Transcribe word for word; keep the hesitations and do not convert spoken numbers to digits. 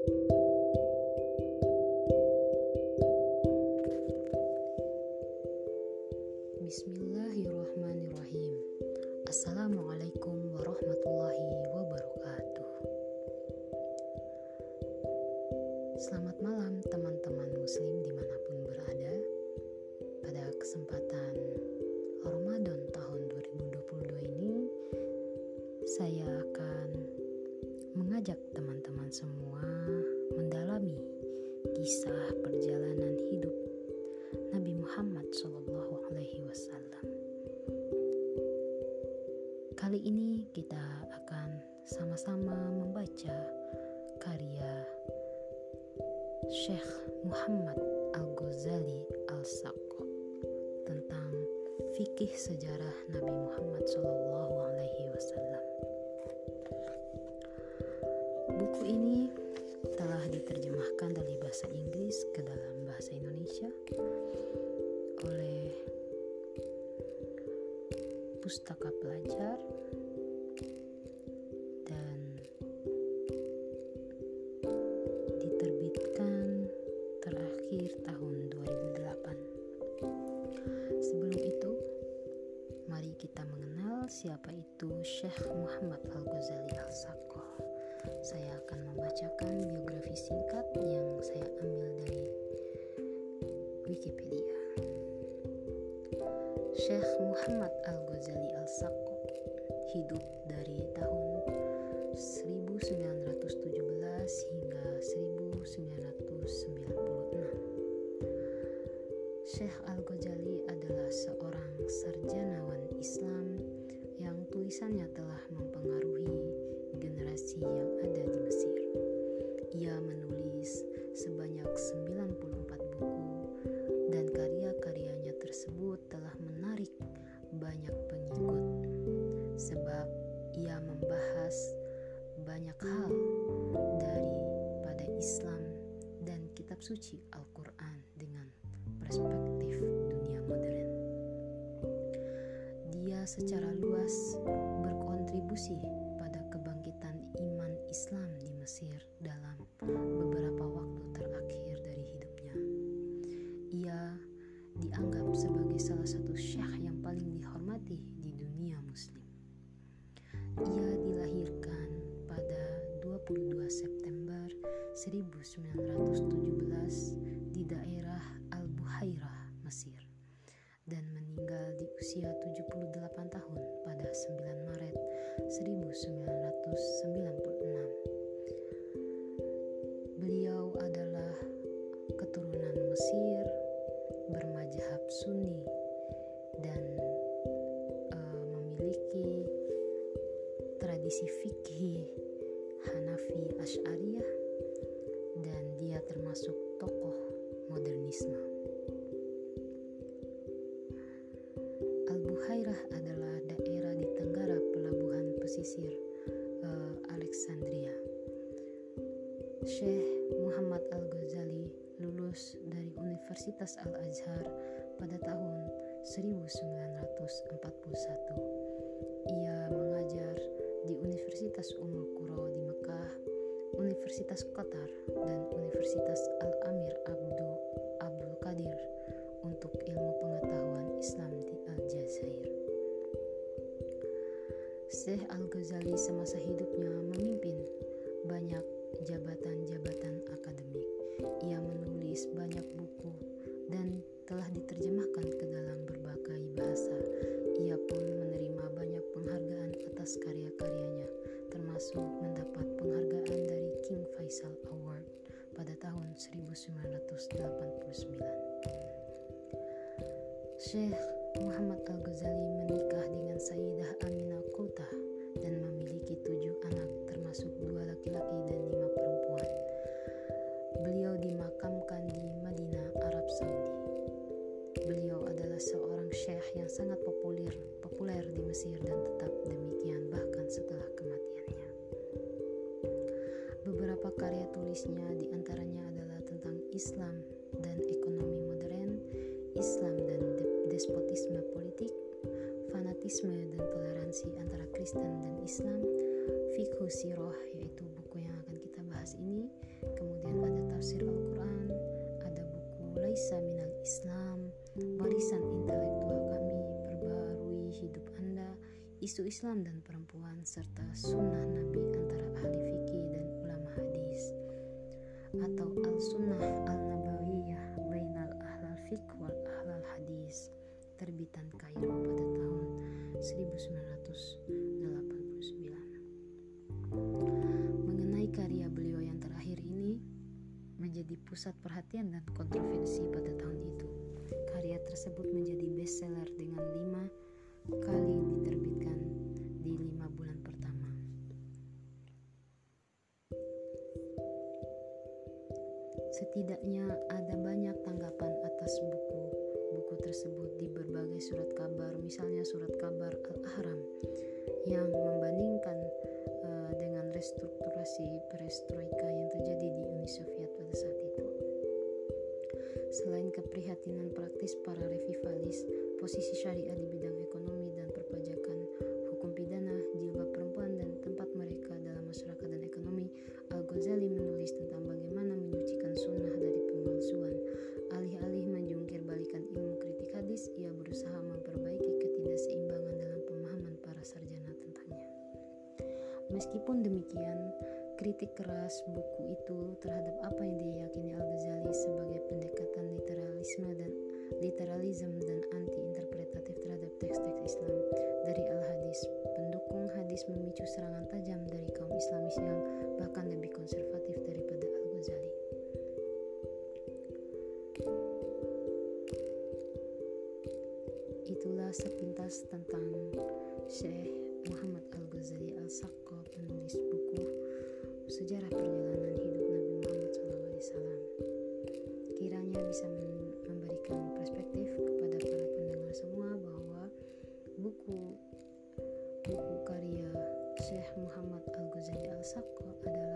Bismillahirrahmanirrahim. Assalamualaikum warahmatullahi wabarakatuh. Selamat malam teman-teman muslim dimanapun berada. Pada kesempatan Ramadan tahun dua ribu dua puluh dua ini, saya akan mengajak teman-teman semua mendalami kisah perjalanan hidup Nabi Muhammad shallallahu alaihi wasallam. Kali ini kita akan sama-sama membaca karya Syekh Muhammad Al-Ghazali Al-Saqaf tentang fikih sejarah Nabi Muhammad shallallahu alaihi wasallam. Buku ini telah diterjemahkan dari bahasa Inggris ke dalam bahasa Indonesia oleh Pustaka Pelajar dan diterbitkan terakhir tahun dua ribu delapan. Sebelum itu, mari kita mengenal siapa itu Syekh Muhammad Al-Ghazali Al-Saqaf. Saya akan membacakan biografi singkat yang saya ambil dari Wikipedia. Syekh Muhammad Al-Ghazali Al-Saqaf hidup dari tahun seribu sembilan ratus tujuh belas hingga seribu sembilan ratus sembilan puluh enam. Syekh Al-Ghazali adalah seorang sarjanawan Islam yang tulisannya telah mempengaruhi generasi yang ada di Mesir. Ia menulis sebanyak sembilan puluh empat buku dan karya-karyanya tersebut telah menarik banyak pengikut sebab ia membahas banyak hal daripada Islam dan kitab suci Al-Quran dengan perspektif dunia modern. Dia secara luas berkontribusi pada kebangkitan iman Islam di Mesir dalam beberapa waktu terakhir dari hidupnya. Ia dianggap sebagai salah satu syekh yang paling dihormati di dunia muslim. Ia dilahirkan pada dua puluh dua September seribu sembilan ratus tujuh belas di daerah Al-Buhairah, Mesir, dan meninggal di usia tujuh puluh delapan tahun pada sembilan Maret seribu sembilan ratus sembilan puluh enam. Beliau adalah keturunan Mesir, bermadzhab Sunni dan uh, memiliki tradisi fikih Hanafi Asy'ariyah, dan dia termasuk tokoh modernisme. Al-Buhairah adalah daerah di tenggara pelabuhan pesisir uh, Alexandria. Syekh Muhammad Al-Ghazali lulus dari Universitas Al-Azhar pada tahun seribu sembilan ratus empat puluh satu. Ia mengajar di Universitas Ummul Qura di Mekah, Universitas Qatar, dan Universitas Al-Amir Abdul Abdul Qadir untuk ilmu pengetahuan Islam di Aljazair. Syekh Al-Ghazali semasa hidupnya memimpin banyak jabatan-jabatan akademik. Ia menulis banyak buku dan telah diterjemahkan ke dalam berbagai bahasa. Ia pun menerima banyak penghargaan atas karya-karyanya, termasuk mendapat penghargaan dari King Faisal Award pada tahun seribu sembilan ratus delapan puluh sembilan. Syekh Muhammad Al-Ghazali menikah dengan Sayyidah Aminah Qutah dan memiliki tujuh anak, termasuk dua laki-laki dan lima perempuan. Beliau dimakamkan di Madinah, Arab Saudi. Beliau adalah seorang syekh yang sangat populer, populer di Mesir dan tetap demikian bahkan setelah kematiannya. Beberapa karya tulisnya diantaranya adalah tentang Islam dan ekonomi modern, Islam dan despotisme politik, fanatisme dan toleransi antara Kristen dan Islam, Fiqhu Sirah, yaitu buku yang akan kita bahas ini, isu Islam dan perempuan, serta sunnah Nabi antara ahli fikih dan ulama hadis, atau Al-Sunnah Al-Nabawiyah Bainal Ahlal Fiqh wal Ahlal Hadis, terbitan Kairo pada tahun seribu sembilan ratus delapan puluh sembilan. Mengenai karya beliau yang terakhir ini menjadi pusat perhatian dan kontroversi pada tahun itu. Karya tersebut menjadi bestseller dengan lima kali diterbitkan di lima bulan pertama. Setidaknya ada banyak tanggapan atas buku-buku tersebut di berbagai surat kabar, misalnya surat kabar Al-Ahram yang membandingkan uh, dengan restrukturasi perestroika yang terjadi di Uni Soviet pada saat itu. Selain keprihatinan praktis para revivalis, posisi syariah di bidang ekonomi dan perpajakan, hukum pidana, jilbab perempuan, dan tempat mereka dalam masyarakat dan ekonomi, Al-Ghazali menulis tentang bagaimana menyucikan sunnah dari pemalsuan. Alih-alih menjungkir balikan ilmu kritik hadis, ia berusaha memperbaiki ketidakseimbangan dalam pemahaman para sarjana tentangnya. Meskipun demikian, kritik keras buku itu terhadap apa yang diyakini Al-Ghazali sebagai pendekatan literalisme dan literalism dan anti-interpretatif terhadap teks-teks Islam dari Al-Hadis. Pendukung hadis memicu serangan tajam dari kaum Islamis yang bahkan lebih konservatif daripada Al-Ghazali. Itulah sepintas tentang Syekh Muhammad Al-Ghazali Al-Saqqa, penulis buku Sejarah Perjalanan Hidup Nabi Muhammad shallallahu alaihi wasallam. Kiranya bisa memberikan perspektif kepada para pendengar semua bahwa buku buku karya Syekh Muhammad Al-Ghazali Al-Saqqa adalah